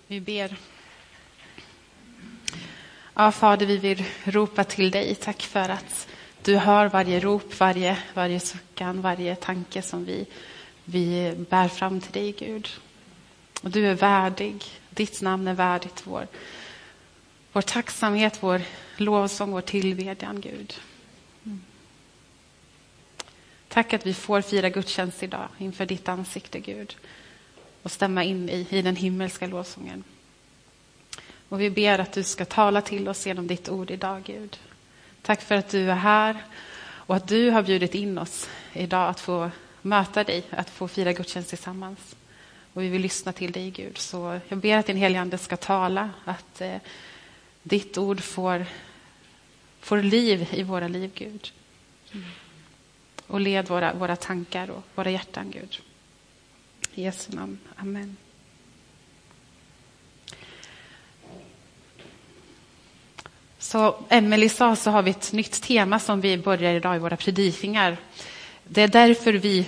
Vi ber. Ja, Fader, vi vill ropa till dig. Tack för att du hör varje rop, varje suckan, varje tanke som vi bär fram till dig, Gud. Och du är värdig. Ditt namn är värdigt vår tacksamhet, vår lovsång, vår tillbedjan, Gud. Tack att vi får fira gudstjänst idag inför ditt ansikte, Gud. Och stämma in i den himmelska lovsången. Och vi ber att du ska tala till oss genom ditt ord idag, Gud. Tack för att du är här och att du har bjudit in oss idag att få möta dig, att få fira gudstjänst tillsammans. Och vi vill lyssna till dig, Gud. Så jag ber att din helige ande ska tala, att ditt ord får liv i våra liv, Gud. Och led våra tankar och våra hjärtan, Gud. I Jesu namn. Amen. Så Emelie sa, så har vi ett nytt tema som vi börjar idag i våra predikningar. Det är därför vi...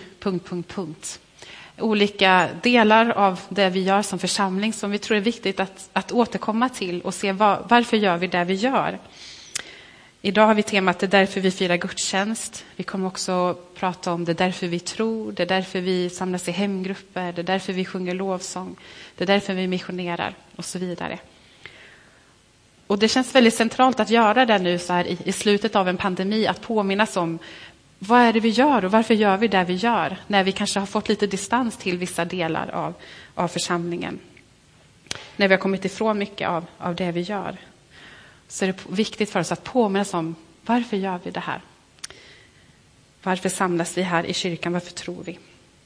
Olika delar av det vi gör som församling som vi tror är viktigt att återkomma till och se varför gör vi det vi gör. Idag har vi temat det är därför vi firar gudstjänst. Vi kommer också prata om det är därför vi tror, det är därför vi samlas i hemgrupper, det är därför vi sjunger lovsång, det är därför vi missionerar och så vidare. Och det känns väldigt centralt att göra det nu så här i slutet av en pandemi, att påminnas om vad är det vi gör och varför gör vi det vi gör när vi kanske har fått lite distans till vissa delar av församlingen. När vi har kommit ifrån mycket av det vi gör. Så är det viktigt för oss att påminnas om varför gör vi det här? Varför samlas vi här i kyrkan? Varför tror vi?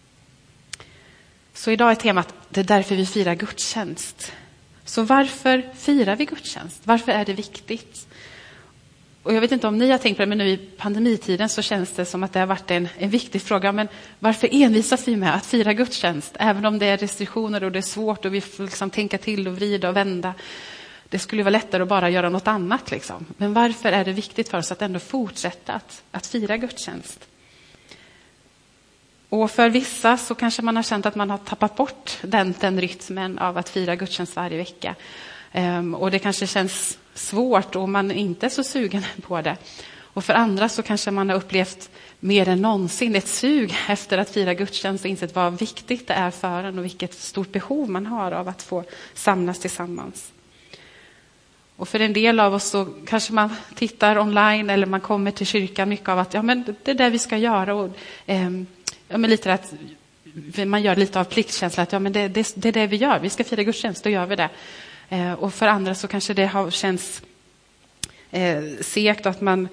Så idag är temat det är därför vi firar gudstjänst. Så varför firar vi gudstjänst? Varför är det viktigt? Och jag vet inte om ni har tänkt på det, men nu i pandemitiden så känns det som att det har varit en viktig fråga. Men varför envisas vi med att fira gudstjänst? Även om det är restriktioner och det är svårt och vi får liksom tänka till och vrida och vända. Det skulle vara lättare att bara göra något annat. Liksom. Men varför är det viktigt för oss att ändå fortsätta att fira gudstjänst? Och för vissa så kanske man har känt att man har tappat bort den rytmen av att fira gudstjänst varje vecka. Och det kanske känns svårt och man är inte så sugen på det. Och för andra så kanske man har upplevt mer än någonsin ett sug efter att fira gudstjänst och insett vad viktigt det är för en och vilket stort behov man har av att få samlas tillsammans. Och för en del av oss så kanske man tittar online eller man kommer till kyrkan mycket av att men det är det vi ska göra. Och, men lite att man gör lite av pliktkänsla att det är det vi gör. Vi ska fira gudstjänst, då gör vi det. Och för andra så kanske det har känts segt att man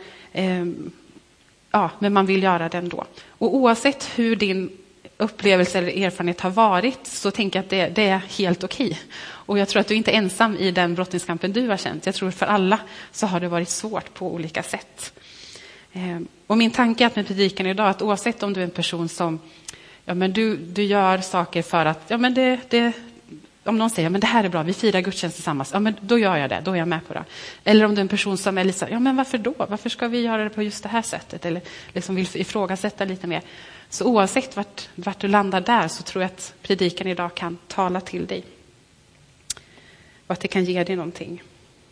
men man vill göra det ändå. Och oavsett hur din upplevelse eller erfarenhet har varit så tänker jag att det är helt okej. Och jag tror att du inte är ensam i den brottningskampen du har känt. Jag tror för alla så har det varit svårt på olika sätt. Och min tanke är med predikan idag att oavsett om du är en person som du gör saker för att om någon säger men det här är bra, vi firar gudstjänst tillsammans, men då gör jag det, då är jag med på det. Eller om du är en person som är lite men varför då? Varför ska vi göra det på just det här sättet? Eller liksom vill ifrågasätta lite mer. Så oavsett vart du landar där så tror jag att predikan idag kan tala till dig. Och att det kan ge dig någonting.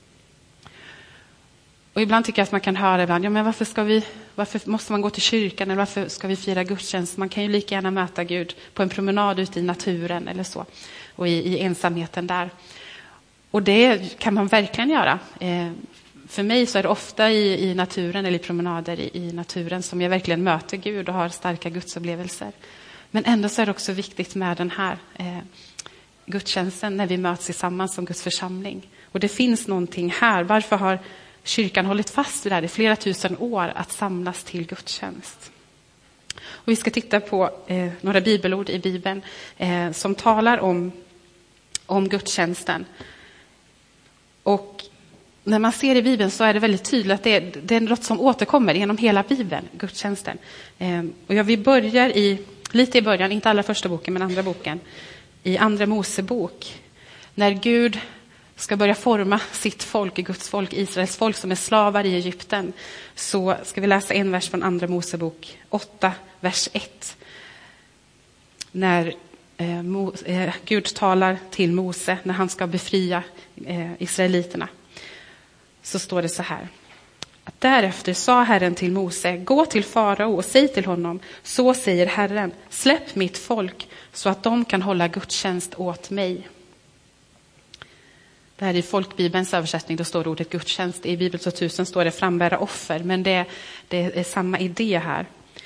Och ibland tycker jag att man kan höra ibland, men varför måste man gå till kyrkan eller varför ska vi fira gudstjänst? Man kan ju lika gärna möta Gud på en promenad ute i naturen eller så. Och i ensamheten där. Och det kan man verkligen göra. För mig så är det ofta i naturen eller i promenader i naturen som jag verkligen möter Gud och har starka gudsupplevelser. Men ändå så är det också viktigt med den här gudstjänsten när vi möts tillsammans som Guds församling. Och det finns någonting här. Varför har kyrkan hållit fast vid det här i flera tusen år att samlas till gudstjänst? Och vi ska titta på några bibelord i Bibeln som talar om gudstjänsten. Och när man ser i Bibeln så är det väldigt tydligt att det är något som återkommer genom hela Bibeln, gudstjänsten. Och vi börjar lite i början, inte alla första boken men andra boken, i Andra Mosebok. När Gud ska börja forma sitt folk, Guds folk, Israels folk som är slavar i Egypten, så ska vi läsa en vers från Andra Mosebok 8, vers 1. När Gud talar till Mose när han ska befria israeliterna. Så står det så här. Att därefter sa Herren till Mose, gå till farao och säg till honom, så säger Herren, släpp mitt folk så att de kan hålla gudstjänst åt mig. Det här är i folkbibelns översättning, då står ordet gudstjänst. I Bibel 2000 står det frambära offer, men det är samma idé här.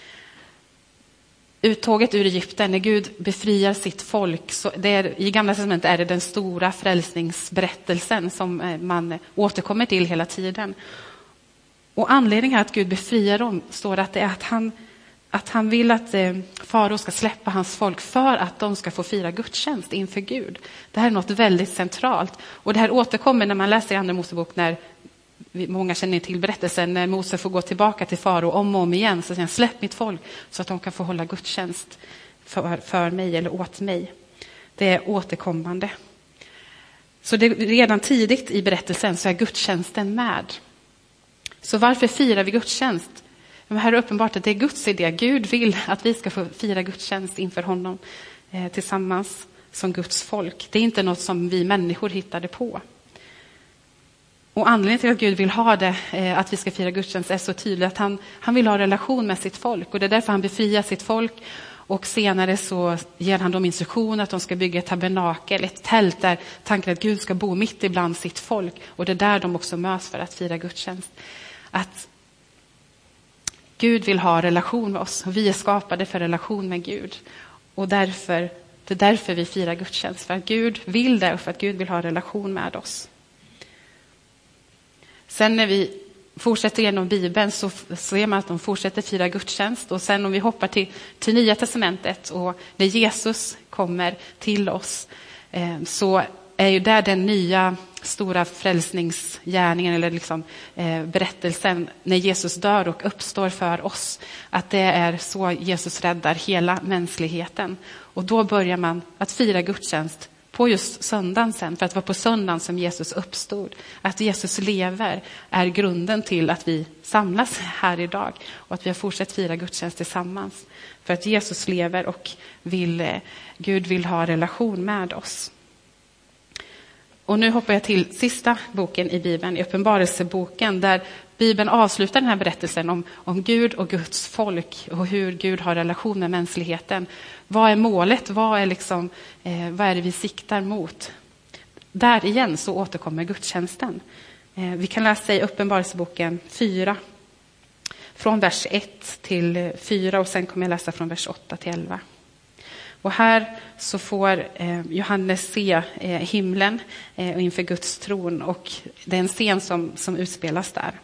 Uttåget ur Egypten, när Gud befriar sitt folk, så i Gamla testamentet är det den stora frälsningsberättelsen som man återkommer till hela tiden. Och anledningen att Gud befriar dem står att det är att han vill att farao ska släppa hans folk för att de ska få fira gudstjänst inför Gud. Det här är något väldigt centralt. Och det här återkommer när man läser i Andra Mosebok, när många känner till berättelsen, när Mose får gå tillbaka till farao om och om igen. Så säger han, släpp mitt folk så att de kan få hålla gudstjänst för mig eller åt mig. Det är återkommande. Så det, redan tidigt i berättelsen så är gudstjänsten med. Så varför firar vi gudstjänst? Men här är uppenbart att det är Guds idé. Gud vill att vi ska få fira gudstjänst inför honom tillsammans som Guds folk. Det är inte något som vi människor hittade på. Och anledningen till att Gud vill ha det, att vi ska fira gudstjänst, är så tydligt att han vill ha relation med sitt folk. Och det är därför han befriar sitt folk. Och senare så ger han dem instruktioner att de ska bygga ett tabernakel, ett tält där tanken är att Gud ska bo mitt ibland sitt folk. Och det är där de också möts för att fira gudstjänst. Att Gud vill ha relation med oss och vi är skapade för relation med Gud. Och det är därför vi firar gudstjänst. För att Gud vill det och för att Gud vill ha relation med oss. Sen när vi fortsätter genom Bibeln så ser man att de fortsätter fira gudstjänst. Och sen om vi hoppar till Nya testamentet och när Jesus kommer till oss så är ju där den nya stora frälsningsgärningen eller liksom, berättelsen när Jesus dör och uppstår för oss. Att det är så Jesus räddar hela mänskligheten. Och då börjar man att fira gudstjänst på just söndagen sen. För att det var på söndagen som Jesus uppstod. Att Jesus lever är grunden till att vi samlas här idag. Och att vi har fortsatt fira gudstjänst tillsammans. För att Jesus lever och Gud vill ha relation med oss. Och nu hoppar jag till sista boken i Bibeln, i Uppenbarelseboken, där Bibeln avslutar den här berättelsen om Gud och Guds folk och hur Gud har relation med mänskligheten. Vad är målet? Vad är det vi siktar mot? Där igen så återkommer gudstjänsten. Vi kan läsa i Uppenbarelseboken 4, från vers 1 till 4 och sen kommer jag läsa från vers 8 till 11. Och här så får Johannes se himlen inför Guds tron och det är en scen som utspelas där.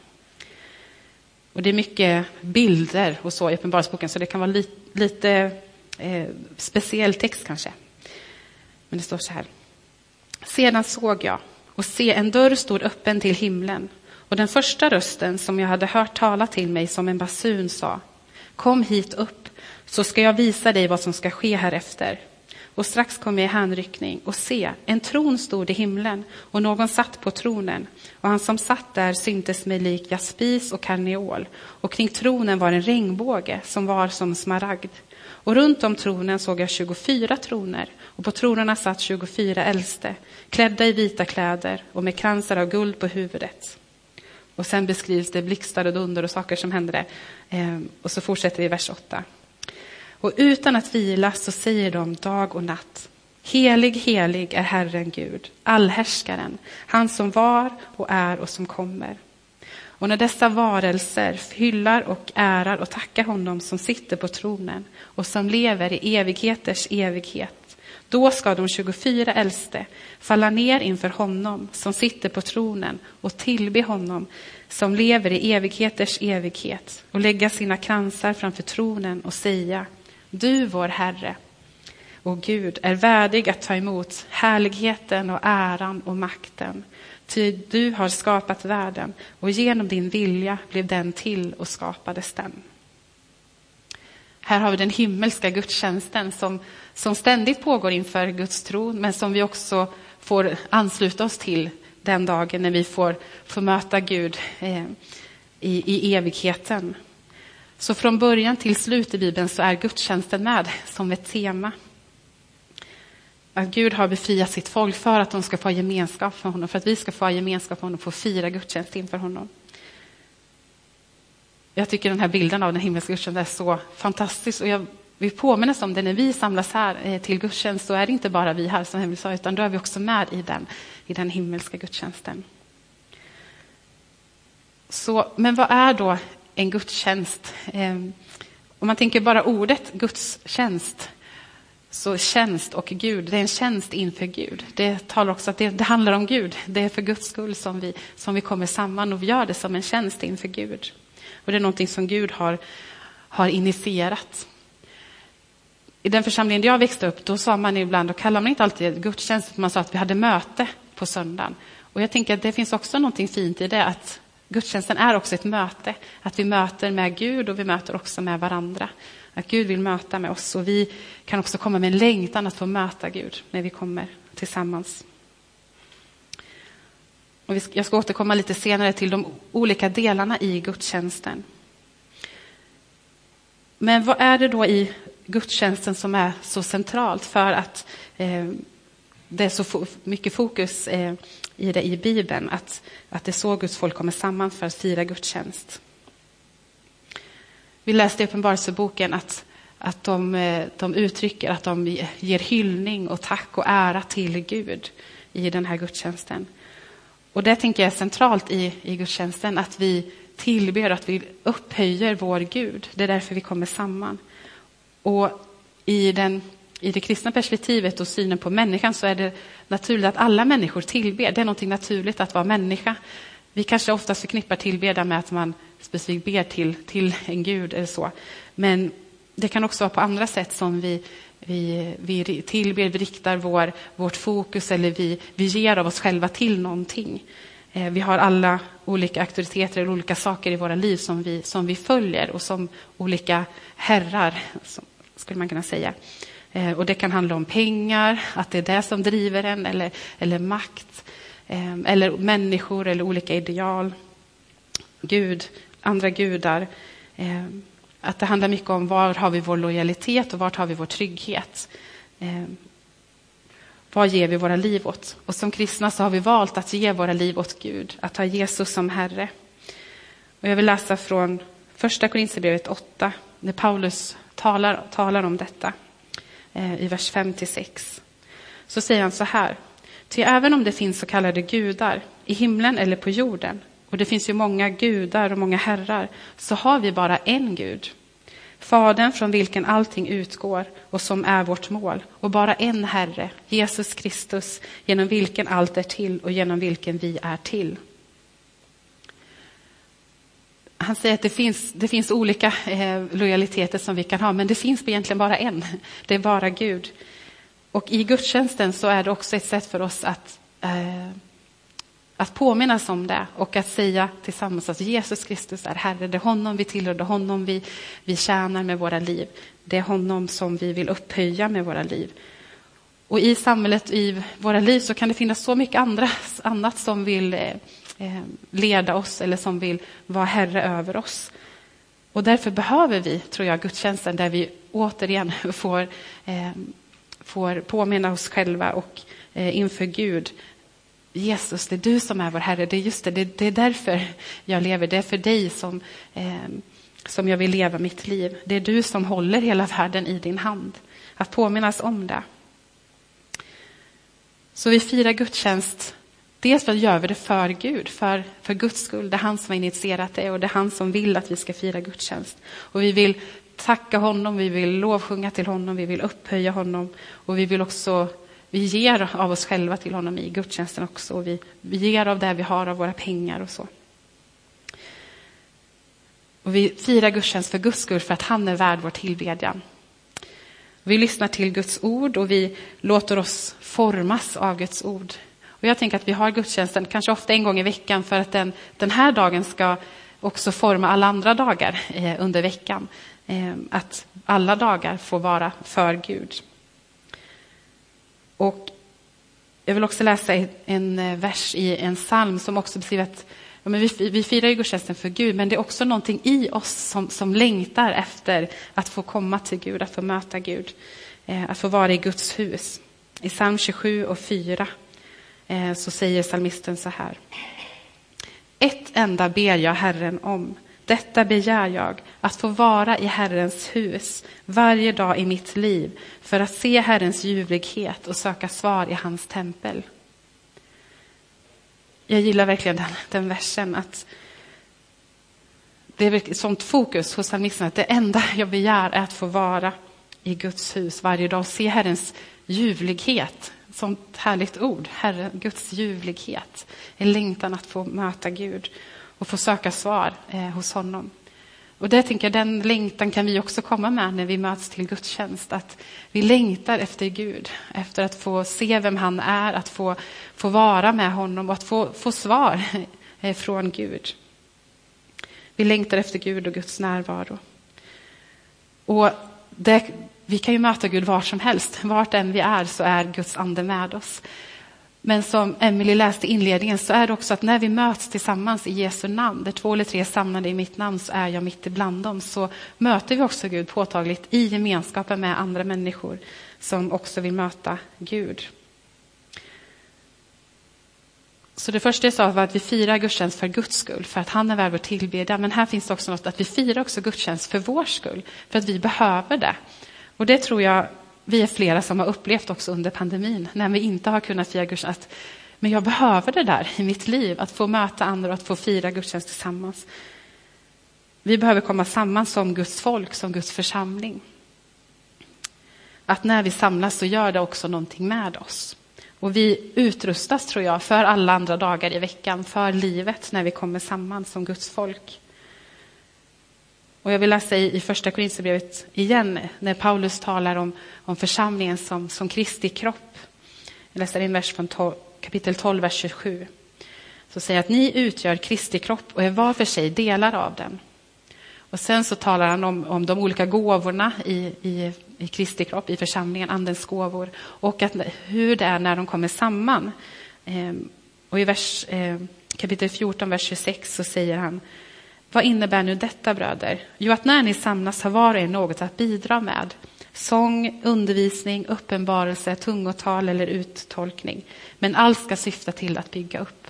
Och det är mycket bilder och så i Uppenbarelseboken så det kan vara lite speciell text kanske. Men det står så här. Sedan såg jag och se en dörr stod öppen till himlen och den första rösten som jag hade hört tala till mig som en basun sa: kom hit upp så ska jag visa dig vad som ska ske härefter. Och strax kom jag i handryckning och se, en tron stod i himlen och någon satt på tronen. Och han som satt där syntes mig lik jaspis och karneol. Och kring tronen var en regnbåge som var som smaragd. Och runt om tronen såg jag 24 troner. Och på tronerna satt 24 äldste, klädda i vita kläder och med kransar av guld på huvudet. Och sen beskrivs det blixtar och dunder och saker som hände. Och så fortsätter vi i vers 8. Och utan att vila så säger de dag och natt: helig, helig är Herren Gud, allhärskaren, han som var och är och som kommer. Och när dessa varelser hyllar och ärar och tackar honom som sitter på tronen och som lever i evigheters evighet, då ska de 24 äldste falla ner inför honom som sitter på tronen och tillbe honom som lever i evigheters evighet och lägga sina kransar framför tronen och säga: du, vår Herre och Gud, är värdig att ta emot härligheten och äran och makten. Ty du har skapat världen och genom din vilja blev den till och skapades den. Här har vi den himmelska gudstjänsten som ständigt pågår inför Guds tron, men som vi också får ansluta oss till den dagen när vi får möta Gud i evigheten. Så från början till slut i Bibeln så är gudstjänsten med som ett tema. att Gud har befriat sitt folk för att de ska få gemenskap med honom. För att vi ska få gemenskap med honom och få fira gudstjänst inför honom. Jag tycker den här bilden av den himmelska gudstjänsten är så fantastisk. Och vi påminner om det när vi samlas här till gudstjänst. Så är det inte bara vi här som Henrik sa, utan då är vi också med i den himmelska gudstjänsten. Men vad är då en gudstjänst? Om man tänker bara ordet gudstjänst, så tjänst och Gud, det är en tjänst inför Gud. Det talar också att det handlar om Gud. Det är för Guds skull som vi kommer samman och vi gör det som en tjänst inför Gud. Och det är någonting som Gud har initierat. I den församlingen där jag växte upp, då sa man ibland, då kallar man inte alltid gudstjänst, man sa att vi hade möte på söndagen. Och jag tänker att det finns också någonting fint i det, att gudstjänsten är också ett möte. Att vi möter med Gud och vi möter också med varandra. Att Gud vill möta med oss och vi kan också komma med en längtan att få möta Gud när vi kommer tillsammans. Och jag ska återkomma lite senare till de olika delarna i gudstjänsten. Men vad är det då i gudstjänsten som är så centralt för att det är så mycket fokus i det i Bibeln, att det är så Guds folk kommer samman för att fira gudstjänst. Vi läste i Uppenbarelseboken att de uttrycker att de ger hyllning och tack och ära till Gud i den här gudstjänsten. Och det tänker jag är centralt i gudstjänsten, att vi tillber, att vi upphöjer vår Gud. Det är därför vi kommer samman. Och i det kristna perspektivet och synen på människan så är det naturligt att alla människor tillber. Det är något naturligt att vara människa. Vi kanske oftast förknippar tillbedja med att man specifikt ber till en Gud eller så. Men det kan också vara på andra sätt som vi tillber, vi riktar vårt fokus eller vi ger av oss själva till någonting. Vi har alla olika auktoriteter eller olika saker i våra liv som vi följer och som olika herrar, skulle man kunna säga. Och det kan handla om pengar, att det är det som driver en, eller makt, eller människor eller olika ideal, Gud, andra gudar. Att det handlar mycket om var har vi vår lojalitet och var har vi vår trygghet. Vad ger vi våra liv åt? Och som kristna så har vi valt att ge våra liv åt Gud, att ha Jesus som Herre. Och jag vill läsa från första Korinthierbrevet 8, när Paulus talar om detta. I vers 5-6. Så säger han så här: ty även om det finns så kallade gudar i himlen eller på jorden, och det finns ju många gudar och många herrar, så har vi bara en Gud, Fadern från vilken allting utgår och som är vårt mål, och bara en Herre, Jesus Kristus, genom vilken allt är till och genom vilken vi är till. Han säger att det finns olika lojaliteter som vi kan ha, men det finns egentligen bara en. Det är bara Gud. Och i gudstjänsten så är det också ett sätt för oss att påminnas om det och att säga tillsammans att Jesus Kristus är Herre. Det är honom vi tillhör, det är honom vi tjänar med våra liv. Det är honom som vi vill upphöja med våra liv. Och i samhället, i våra liv, så kan det finnas så mycket annat som vill leda oss eller som vill vara herre över oss. Och därför behöver vi, tror jag, gudstjänsten där vi återigen får påminna oss själva och inför Gud. Jesus, det är du som är vår Herre. Det är just det är därför jag lever. Det är för dig som jag vill leva mitt liv. Det är du som håller hela världen i din hand. Att påminnas om det. Så vi firar gudstjänst. Dels för att göra det för Gud, för Guds skull. Det är han som har initierat det och det är han som vill att vi ska fira gudstjänst. Och vi vill tacka honom, vi vill lovsjunga till honom, vi vill upphöja honom. Och vi ger av oss själva till honom i gudstjänsten också. Och vi ger av det vi har av våra pengar och så. Och vi firar gudstjänst för Guds skull, för att han är värd vår tillbedjan. Vi lyssnar till Guds ord och vi låter oss formas av Guds ord. Och jag tänker att vi har gudstjänsten kanske ofta en gång i veckan för att den här dagen ska också forma alla andra dagar under veckan. Att alla dagar får vara för Gud. Och jag vill också läsa en vers i en psalm som också beskriver att vi firar ju gudstjänsten för Gud, men det är också någonting i oss som längtar efter att få komma till Gud, att få möta Gud, att få vara i Guds hus. I psalm 27 och 4 så säger psalmisten så här: ett enda ber jag Herren om, detta begär jag, att få vara i Herrens hus varje dag i mitt liv, för att se Herrens ljuvlighet och söka svar i hans tempel. Jag gillar verkligen den versen, att det är ett sånt fokus hos psalmisten att det enda jag begär är att få vara i Guds hus varje dag och se Herrens ljuvlighet. Sånt härligt ord, Guds ljuvlighet. En längtan att få möta Gud och få söka svar hos honom. Och det tänker jag, den längtan kan vi också komma med när vi möts till gudstjänst. Att vi längtar efter Gud, efter att få se vem han är, att få vara med honom och att få svar från Gud. Vi längtar efter Gud och Guds närvaro. Och vi kan ju möta Gud var som helst. Vart än vi är så är Guds ande med oss. Men som Emily läste i inledningen så är det också att när vi möts tillsammans i Jesu namn, där 2 eller 3 samlade i mitt namn så är jag mitt ibland dem, så möter vi också Gud påtagligt i gemenskapen med andra människor som också vill möta Gud. Så det första jag sa var att vi firar gudstjänst för Guds skull, för att han är värd vår tillbedjan. Men här finns det också något att vi firar också gudstjänst för vår skull, för att vi behöver det. Och det tror jag vi är flera som har upplevt också under pandemin, när vi inte har kunnat fira gudstjänst. Men jag behöver det där i mitt liv, att få möta andra och att få fira gudstjänst tillsammans. Vi behöver komma samman som Guds folk, som Guds församling. Att när vi samlas så gör det också någonting med oss. Och vi utrustas, tror jag, för alla andra dagar i veckan, för livet när vi kommer samman som Guds folk. Och jag vill läsa i första Korinthierbrevet igen, när Paulus talar om församlingen som Kristi kropp. Jag läser en vers från kapitel 12, vers 27. Så säger att ni utgör Kristi kropp och är var för sig delar av den. Och sen så talar han om de olika gåvorna i Kristi kropp, i församlingen, andens gåvor. Och hur det är när de kommer samman. Och i kapitel 14, vers 26 så säger han: vad innebär nu detta, bröder? Jo, att när ni samlas har var och en något att bidra med. Sång, undervisning, uppenbarelse, tungotal eller uttolkning. Men allt ska syfta till att bygga upp.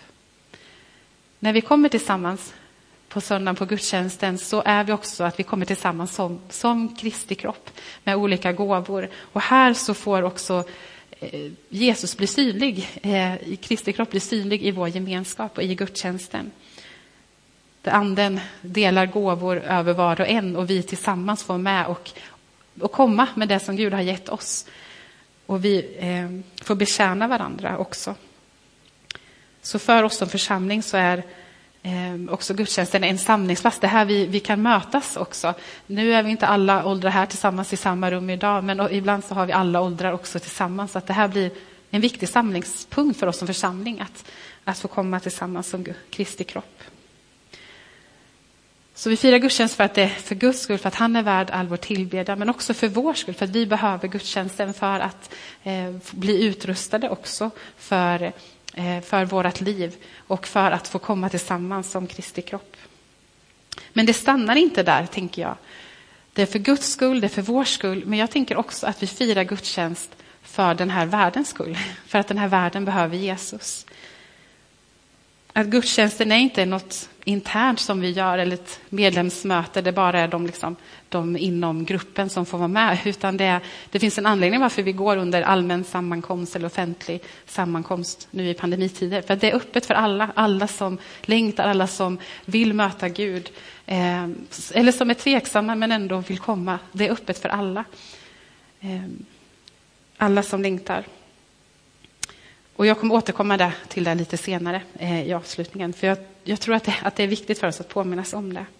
När vi kommer tillsammans på söndagen på gudstjänsten så är vi också att vi kommer tillsammans som Kristi kropp med olika gåvor. Och här så får också Jesus bli synlig, Kristi kropp bli synlig i vår gemenskap och i gudstjänsten. Där anden delar gåvor över var och en och vi tillsammans får med och komma med det som Gud har gett oss. Och vi får betjäna varandra också. Så för oss som församling så är också gudstjänsten en samlingsplats. Det här vi kan mötas också. Nu är vi inte alla åldrar här tillsammans i samma rum idag, men ibland så har vi alla åldrar också tillsammans. Så att det här blir en viktig samlingspunkt för oss som församling, att få komma tillsammans som Kristi kropp. Så vi firar gudstjänst för att det är för Guds skull, för att han är värd all vår tillbedjan, men också för vår skull, för att vi behöver gudstjänsten för att bli utrustade också för vårt liv och för att få komma tillsammans som Kristi kropp. Men det stannar inte där, tänker jag. Det är för Guds skull, det är för vår skull, men jag tänker också att vi firar gudstjänst för den här världens skull, för att den här världen behöver Jesus. Att gudstjänsten är inte något internt som vi gör, eller ett medlemsmöte där bara är de inom gruppen som får vara med, utan det finns en anledning varför vi går under allmän sammankomst eller offentlig sammankomst nu i pandemitider. För att det är öppet för alla som längtar, alla som vill möta Gud, eller som är tveksamma men ändå vill komma. Det är öppet för alla. Alla som längtar. Och jag kommer återkomma till det lite senare i avslutningen. För jag tror att det är viktigt för oss att påminnas om det.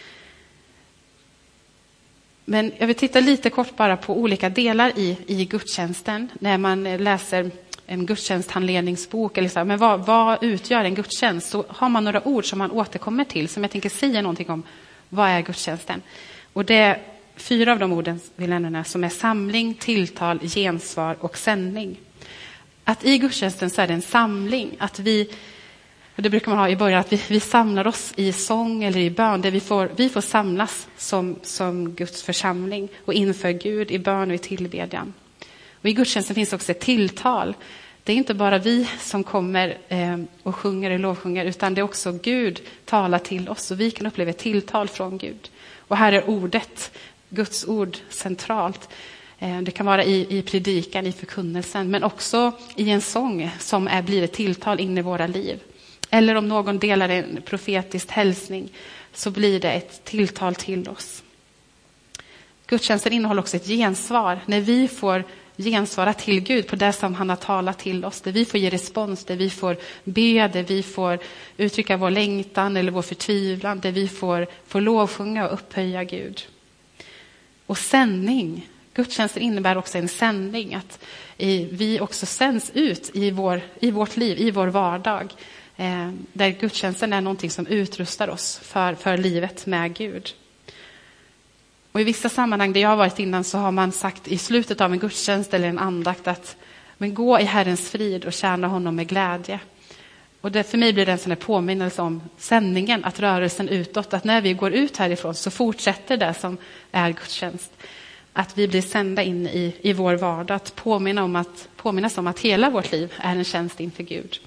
Men jag vill titta lite kort bara på olika delar i gudstjänsten. När man läser en gudstjänsthandledningsbok eller så. Men vad utgör en gudstjänst? Så har man några ord som man återkommer till. Som jag tänker säga någonting om. Vad är gudstjänsten? Och det är 4 av de orden vill jag nämna, som är samling, tilltal, gensvar och sändning. Att i gudstjänsten så är det en samling. Att och det brukar man ha i början, att vi samlar oss i sång eller i bön. Där vi får samlas som Guds församling och inför Gud i bön och i tillbedjan. Och i gudstjänsten finns också ett tilltal. Det är inte bara vi som kommer och sjunger och lovsjunger, utan det är också Gud talar till oss och vi kan uppleva ett tilltal från Gud. Och här är ordet, Guds ord, centralt. Det kan vara i predikan, i förkunnelsen, men också i en sång som blir ett tilltal in i våra liv. Eller om någon delar en profetisk hälsning så blir det ett tilltal till oss. Gudstjänsten innehåller också ett gensvar. När vi får gensvara till Gud på det som han har talat till oss. Där vi får ge respons, där vi får be, där vi får uttrycka vår längtan eller vår förtvivlan. Där vi får lovsjunga och upphöja Gud. Och sändning. Gudstjänsten innebär också en sändning. Att vi också sänds ut i vårt liv, i vår vardag. Där gudstjänsten är någonting som utrustar oss för livet med Gud. Och i vissa sammanhang där jag har varit innan så har man sagt i slutet av en gudstjänst eller en andakt att men gå i Herrens frid och tjäna honom med glädje. Och det, för mig blir det en sån här påminnelse om sändningen, att rörelsen utåt, att när vi går ut härifrån så fortsätter det som är gudstjänst. Att vi blir sända in i vår vardag, att påminnas om att hela vårt liv är en tjänst inför Gud.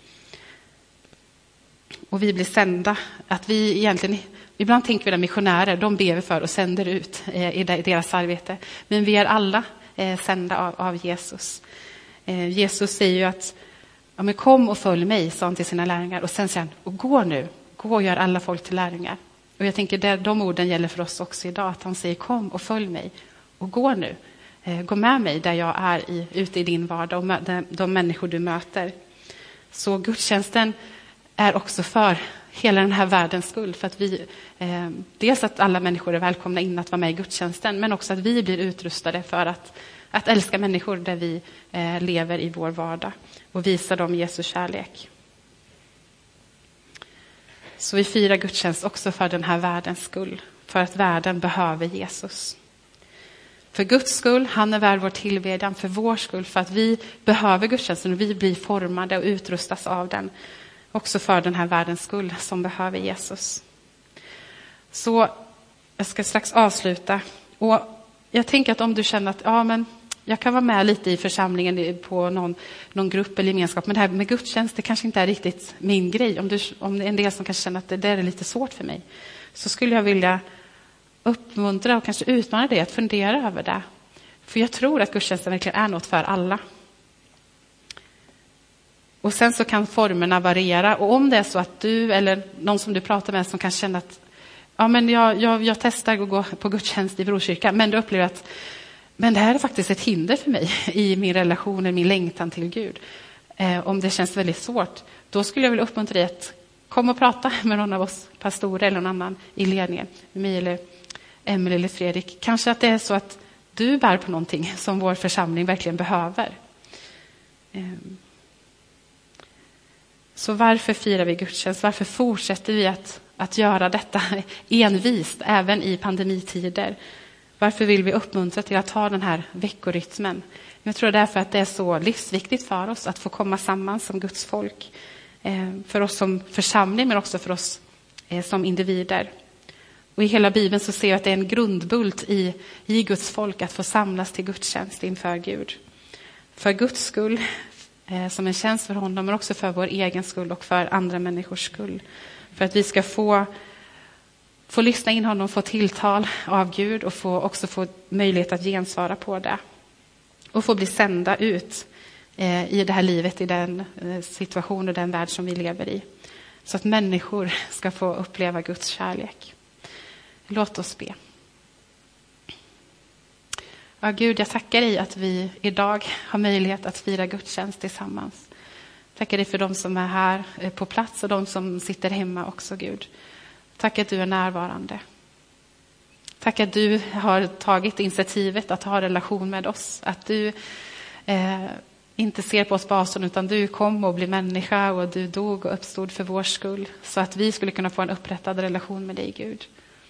Och vi blir sända, att vi egentligen, ibland tänker vi att missionärer, de ber vi för och sänder ut i deras arbete. Men vi är alla sända av Jesus. Jesus säger ju att ja, men kom och följ mig, sa han till sina lärjungar. Och sen säger han, och gå och gör alla folk till lärjungar. Och jag tänker de orden gäller för oss också idag. Att han säger, kom och följ mig. Och gå nu. Gå med mig där jag är ute i din vardag och de människor du möter. Så gudstjänsten är också för hela den här världens skull. För att vi, dels att alla människor är välkomna in att vara med i gudstjänsten. Men också att vi blir utrustade för att älska människor där vi lever i vår vardag. Och visa dem Jesu kärlek. Så vi firar gudstjänst också för den här världens skull. För att världen behöver Jesus. För Guds skull, han är värd vår tillbedjan. För vår skull, för att vi behöver gudstjänsten och vi blir formade och utrustas av den. Också för den här världens skull som behöver Jesus. Så jag ska strax avsluta. Och jag tänker att om du känner att men jag kan vara med lite i församlingen på någon grupp eller gemenskap. Men det här med gudstjänst, det kanske inte är riktigt min grej. Om det är en del som kanske känner att det där är lite svårt för mig. Så skulle jag vilja uppmuntra och kanske utmana dig att fundera över det. För jag tror att gudstjänsten verkligen är något för alla. Och sen så kan formerna variera. Och om det är så att du eller någon som du pratar med som kan känna att men jag testar att gå på gudstjänst i Brokyrkan. Men du upplever att men det här är faktiskt ett hinder för mig i min relation, i min längtan till Gud. Om det känns väldigt svårt, då skulle jag vilja uppmuntra dig att komma och prata med någon av oss pastorer eller någon annan i ledningen. Mig eller Emelie eller Fredrik. Kanske att det är så att du bär på någonting som vår församling verkligen behöver. Så varför firar vi gudstjänst? Varför fortsätter vi att göra detta envist även i pandemitider? Varför vill vi uppmuntra till att ha den här veckorytmen? Jag tror därför att det är så livsviktigt för oss att få komma samman som Guds folk. För oss som församling men också för oss som individer. Och i hela Bibeln så ser jag att det är en grundbult i Guds folk att få samlas till gudstjänst inför Gud. För Guds skull, som en tjänst för honom, men också för vår egen skull och för andra människors skull. För att vi ska få lyssna in honom, få tilltal av Gud och också få möjlighet att gensvara på det. Och få bli sända ut i det här livet, i den situation och den värld som vi lever i. Så att människor ska få uppleva Guds kärlek. Låt oss be. Ja, Gud, jag tackar dig att vi idag har möjlighet att fira gudstjänst tillsammans. Tackar dig för de som är här på plats och de som sitter hemma också, Gud. Tack att du är närvarande. Tack att du har tagit initiativet att ha relation med oss. Att du inte ser på oss på avstånd, utan du kom och blev människa och du dog och uppstod för vår skull. Så att vi skulle kunna få en upprättad relation med dig, Gud.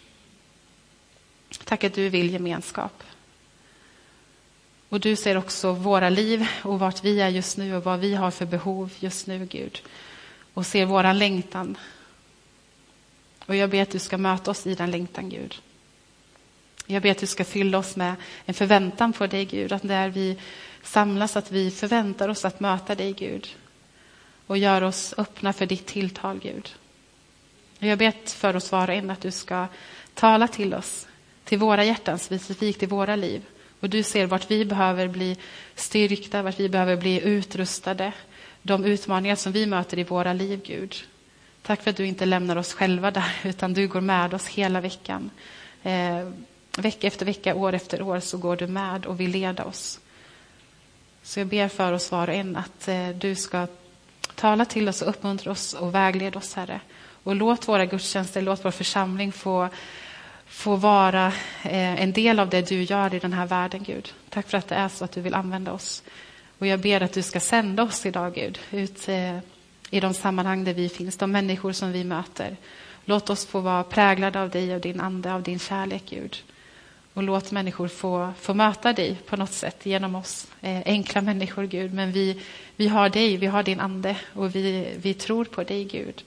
Tack att du vill gemenskap. Och du ser också våra liv och vart vi är just nu och vad vi har för behov just nu, Gud. Och ser våran längtan. Och jag ber att du ska möta oss i den längtan, Gud. Jag ber att du ska fylla oss med en förväntan på dig, Gud. Att där vi samlas, att vi förväntar oss att möta dig, Gud. Och gör oss öppna för ditt tilltal, Gud. Jag ber för oss var och en att du ska tala till oss, till våra hjärtan, specifikt i våra liv. Och du ser vart vi behöver bli styrkta, vart vi behöver bli utrustade. De utmaningar som vi möter i våra liv, Gud. Tack för att du inte lämnar oss själva där, utan du går med oss hela veckan. Vecka efter vecka, år efter år så går du med och vill leda oss. Så jag ber för oss var och en att du ska tala till oss och uppmuntra oss och vägleda oss, Herre. Och låt våra gudstjänster, låt vår församling få vara en del av det du gör i den här världen, Gud. Tack för att det är så att du vill använda oss. Och jag ber att du ska sända oss idag, Gud, ut i de sammanhang där vi finns, de människor som vi möter. Låt oss få vara präglade av dig, av din ande, av din kärlek, Gud. Och låt människor få möta dig på något sätt genom oss. Enkla människor, Gud. Men vi har dig, vi har din ande och vi tror på dig, Gud.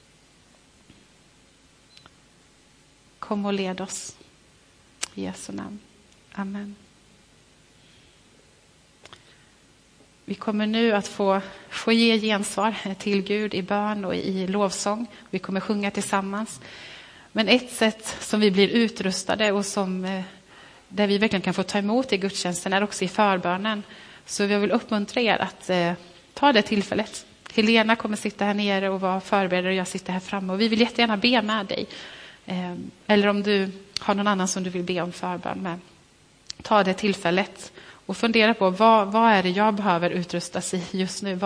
Kom och led oss. I Jesu namn. Amen. Vi kommer nu att få ge gensvar till Gud i bön och i lovsång. Vi kommer sjunga tillsammans. Men ett sätt som vi blir utrustade och där vi verkligen kan få ta emot i gudstjänsten är också i förbönen. Så jag vill uppmuntra er att ta det tillfället. Helena kommer sitta här nere och vara förberedare och jag sitter här framme. Och vi vill jättegärna be med dig. Eller om du har någon annan som du vill be om förbön med. Ta det tillfället och fundera på vad är det jag behöver utrustas i just nu.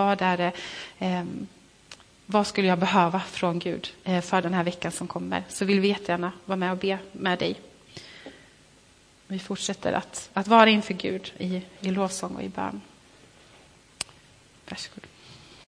Vad skulle jag behöva från Gud för den här veckan som kommer. Så vill vi jättegärna vara med och be med dig. Vi fortsätter att vara inför Gud i lovsång och i bön. Varsågod.